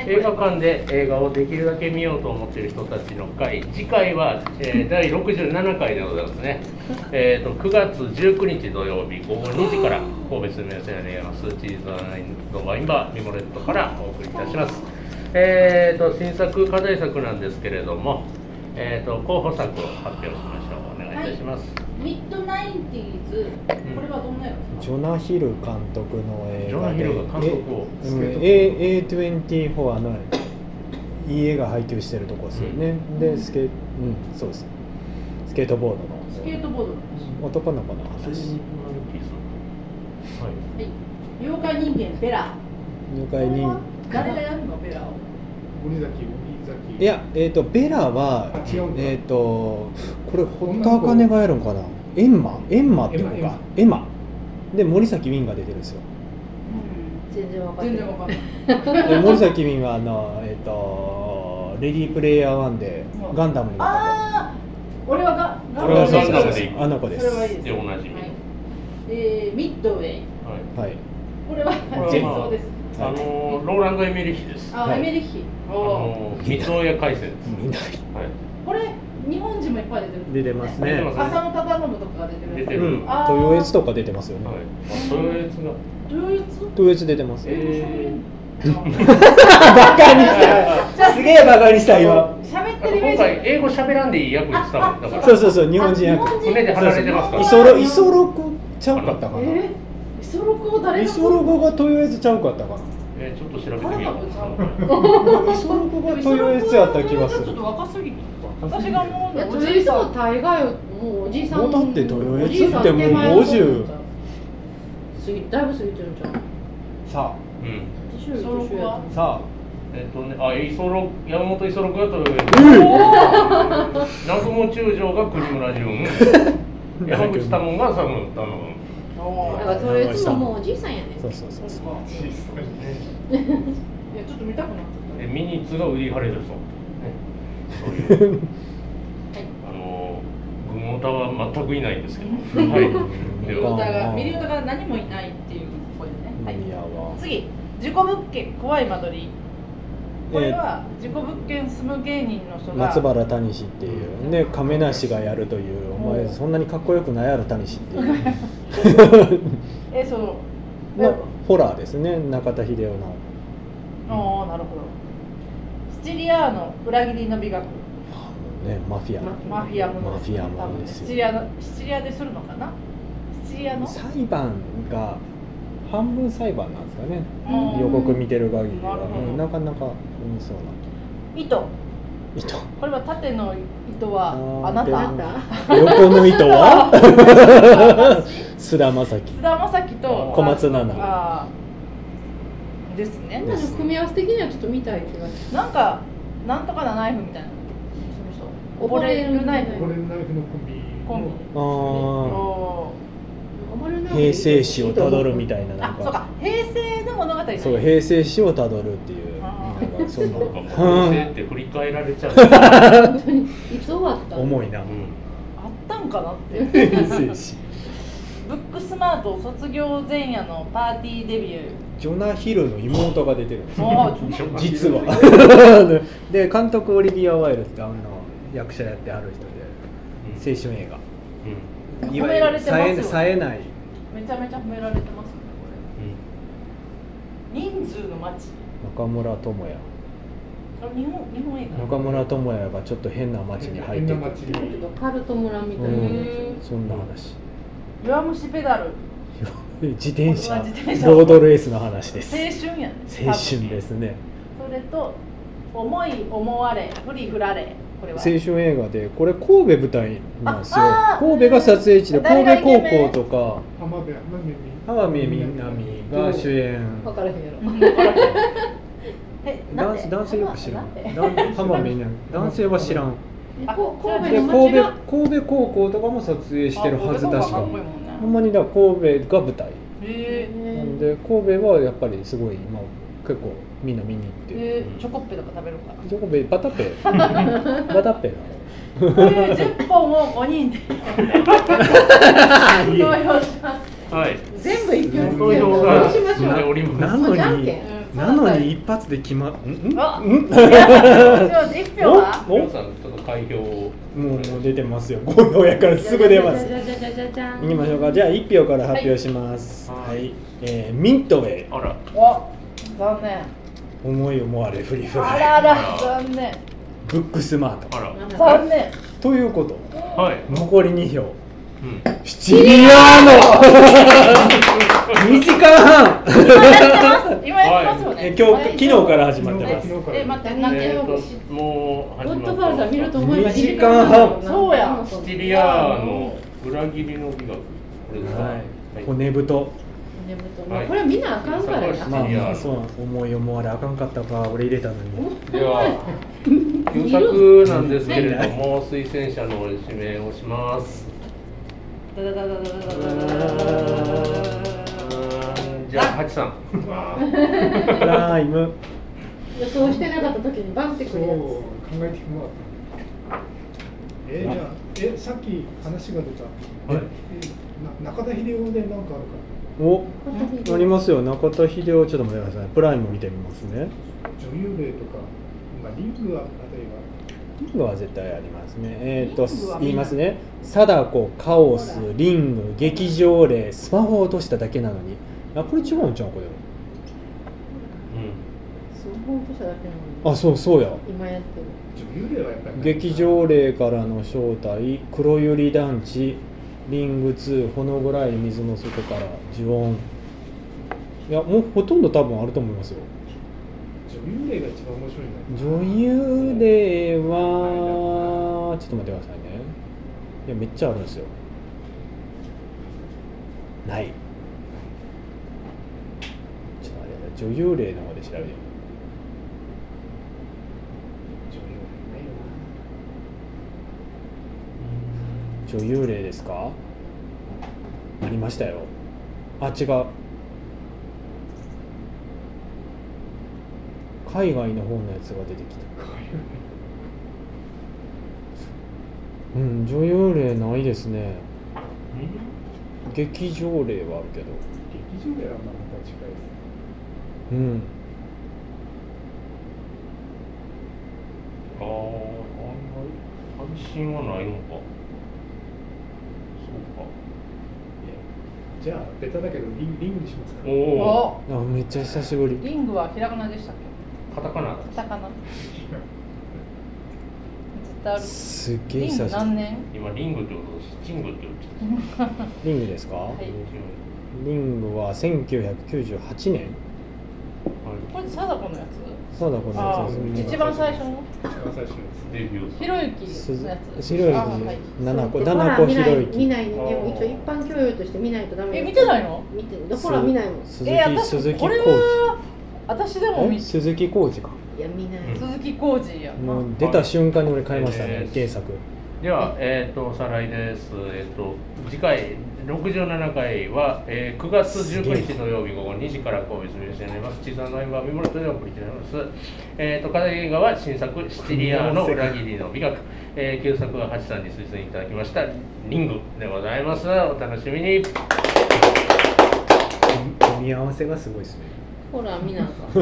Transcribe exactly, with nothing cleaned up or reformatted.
映画館で映画をできるだけ見ようと思っている人たちの会、次回は、えー、だいろくじゅうななかいでございますね。えー、とくがつじゅうくにち土曜日ごごにじから神戸住み寄せの映画スーチーズ・ザ・ワインバーミモレットからお送りいたします。えー、と新作課題作なんですけれども、えー、と候補作を発表しましょう。お願いいたします。 はい、ミッドナインティーズ、これはどんなやつですか？ ジョナヒル監督の映画で、 ジョナヒルが監督を、 うん、エーにじゅうよん のいい映画配給してるとこですよね、うん、でスケ、うん、そうです、スケートボードのスケートボードの男の子の話。 はい、妖怪人間ベラ。 妖怪人間誰がやるのベラを？ 森崎いや、えーと、ベラは、えーと、これ、堀田茜がやるんかな、エンマ、エンマっていうのか、エマ。で、森崎ウィンが出てるんですよ。 うん、全然わかんない。全然わかんない。 で森崎ウィンは、あの、えーと、レディープレイヤーワンでガンダムになった。 ああ、俺はガガンダムで行く。 あの子です。 それはいいです。 で、おなじみ。 はい、えー、ミッドウェイ。 はい。 これは戦争です。 あのローランド・エメリヒです。 あ、はい、エメリヒ。 あの三つ親回線です。 見ない。 はい。 これ日本人もいっぱい出てる。 出てますね。 浅野忠信とかが出てる。 出てる。 うん、豊悦とか出てますよね。 はい。豊悦が。 豊悦？ 豊悦出てます。 えー、バカにした。すげえバカにした今。 喋ってるイメージ。 今回英語喋らんでいい役にしたもんだから。 そうそうそう、日本人役。 船で離れてますから。 イソロイソロコちゃうかったかな。 えー、イソロコ誰が？ イソロコが豊悦ちゃうかったかな。 えー、ちょっと調べてみよう。 イソロコが豊悦やった気がする。 ちょっと若すぎる。私がもうおじいさん大概もうおじいさん。 もうだって豊悦ってもうごじゅう。 過ぎだいぶ過ぎてるじゃん。 さあ。 うん。 イソロコは？ さあ。 えっとね、あ、イソロ山本イソロコが豊悦。南雲中将が国村淳。山口多門がサムタノン。 だからそれいつももうおじいさんやね。 そうそうそうそう。 いやちょっと見たくなった。 えミニッツがウディ・ハレルソン。そういう。あの軍オタは全くいないんですけど。はい。 ミリオタがミリオタが何もいないっていう声でね。はい。次、事故物件怖い間取り。これは事故物件住む芸人の人が松原谷氏っていうで亀梨がやるというお前そんなにかっこよくないやろ谷氏っていうえそののホラーですね中田秀夫のああなるほどシチリアの裏切りの美学ねマフィアマフィアもマフィアもですよシチリアのシチリアでするのかなシチリアの裁判が半分裁判なんですかね予告見てる限りはなかなかうんそうな糸糸これは縦の糸はあなた横の糸は菅田将暉菅田将暉と小松菜奈あですねなんか組み合わせ的にはちょっと見たい気がするなんかなんとかなナイフみたいなその人溺れるナイフ溺れるナイフのコンビコンビあ平成史をたどるみたいななんかあそうか平成の物語そう平成史をたどるっていうなんかそんな平成って振り返られちゃう本当にいつ終わった重いな、うん、 あったんかなって平成史ブックスマート卒業前夜のパーティーデビュージョナヒルの妹が出てるんですよ実はで監督オリビア・ワイルってあの役者やってある人で青春映画、 うん、いわゆる冴え、 冴えないめちゃめちゃ褒められてますよねこれ、うん、人数の街中村智也日本日本映画中村智也がちょっっと変な街に入っていくっていうカルト村みたいな、 うん、そんな話弱虫ペダル自転車ロードレースの話です青春やね青春ですねそれと思い思われ振り振られこれは青春映画でこれ神戸舞台なんですよ神戸が撮影地で神戸高校とか浜辺美波が主演分からへんやろ男, 男性よく知らん浜辺美波男性は知らん神戸で神戸神戸高校とかも撮影してるはず確かほんまにだ神戸が舞台なんで神戸はやっぱりすごい今結構みんな見に行って、 えー、チョコッペとか食べるかチョコッペバタペバタペなのこれじゅっぽんをごにんで投票しますはい全部一挙に投票がしましょうおりますなのになのに一発で決まっんあんんじゃあ一票はお皆さんちょっと開票をもうもう出てますよ。ご票やからすぐ出ます。 じゃじゃじゃじゃじゃいきましょうか。じゃあいち票から発表します。 ははいい。えーミントウェイ。 あらお残念思い思われフリフあライ。 らあら残念ブックスマート。 あら残念ということ。 はい、 残りに票。 うん、 シチリアーノにじかんはん今やってますよねえ今日昨日から始まってます。 え待ってなんえてーともうゴッ始まってドファーザー見ると思えばにじかんはんそうやシチリアの裏切りの美学これですか、 はい。 はい骨太。 まあこれはみんなあかんからね。 まあシチリアまあそう思い思われあかんかったか俺入れたのに。 では旧作なんですけれども推薦者の指名をしますダダダダダダダダダじゃあハチさんプライム。 予想してなかった時にバンってくそうるや考えてもらったえー、じゃあえさっき話が出た、 はいえな中田秀夫で何かあるかおつ。 ありますよ。中田秀夫ちょっと待ってください。プライム見てみますね。 女優例とか、まあ、リングはあたりはリングは絶対ありますね。えっ、とリングは見ない言いますね。貞子、カオス、リング、劇場霊、スマホを落としただけなのに。あこれ違うんちゃうこれ。 スマホ落としただけなのにあそうそうや。 今やってる。 女優例はやっぱり劇場霊からの正体、黒百合団地、リングツー、ほの暗い水の底から呪音。いやもうほとんど多分あると思いますよ。 女優例が一番面白いんだよ女優霊はちょっと待ってくださいね。いやめっちゃあるんですよ。ない。ちょっと待って女優霊の方で調べてみる。 女優例ないよな女優霊ですか？ありましたよ。あ違う。海外の方のやつが出てきた。うん女優霊ないですね。劇場霊はあるけど。 劇場例はまた近いですうん。 ああ、配信はないのか。そうか。 じゃあベタだけどリンリングにしますかおお。 おあめっちゃ久しぶり。 リングはひらがなでしたっカタカナ。 けカタカナ絶対あるすっげえリング久しぶり。 何年今リングってことです。チングって言ってた。 リングですか？ はいリングはせんきゅうひゃくきゅうじゅうはちねん。 これ貞子のやつそうだこのやあつですね。 一番最初の一番最初のやデビュー。 ひろゆきのやつひろゆきあはい七子で七子ひろゆき。 見ない見ないでも一応一般教養として見ないとダメ。 え見てないの？ 見てる。だから見ないもん。 鈴え木鈴木浩私これは私でも二。 見え鈴木浩二か。 いや見ない。 鈴木浩二やもう出た瞬間に俺買いましたねえー原作。 では、えっ、と、おさらいです。えっ、と、次回ろくじゅうななかいは、えー、くがつじゅうくにち土曜日午後にじから神戸住吉になります。小さなメンバー、三村とでお送りしております。えっ、と、課題映画は新作、シチリアの裏切りの美学。えー、旧作はハチさんに推薦いただきました、リングでございます。お楽しみに。 組み合わせがすごいですね。 ほら見なあかん。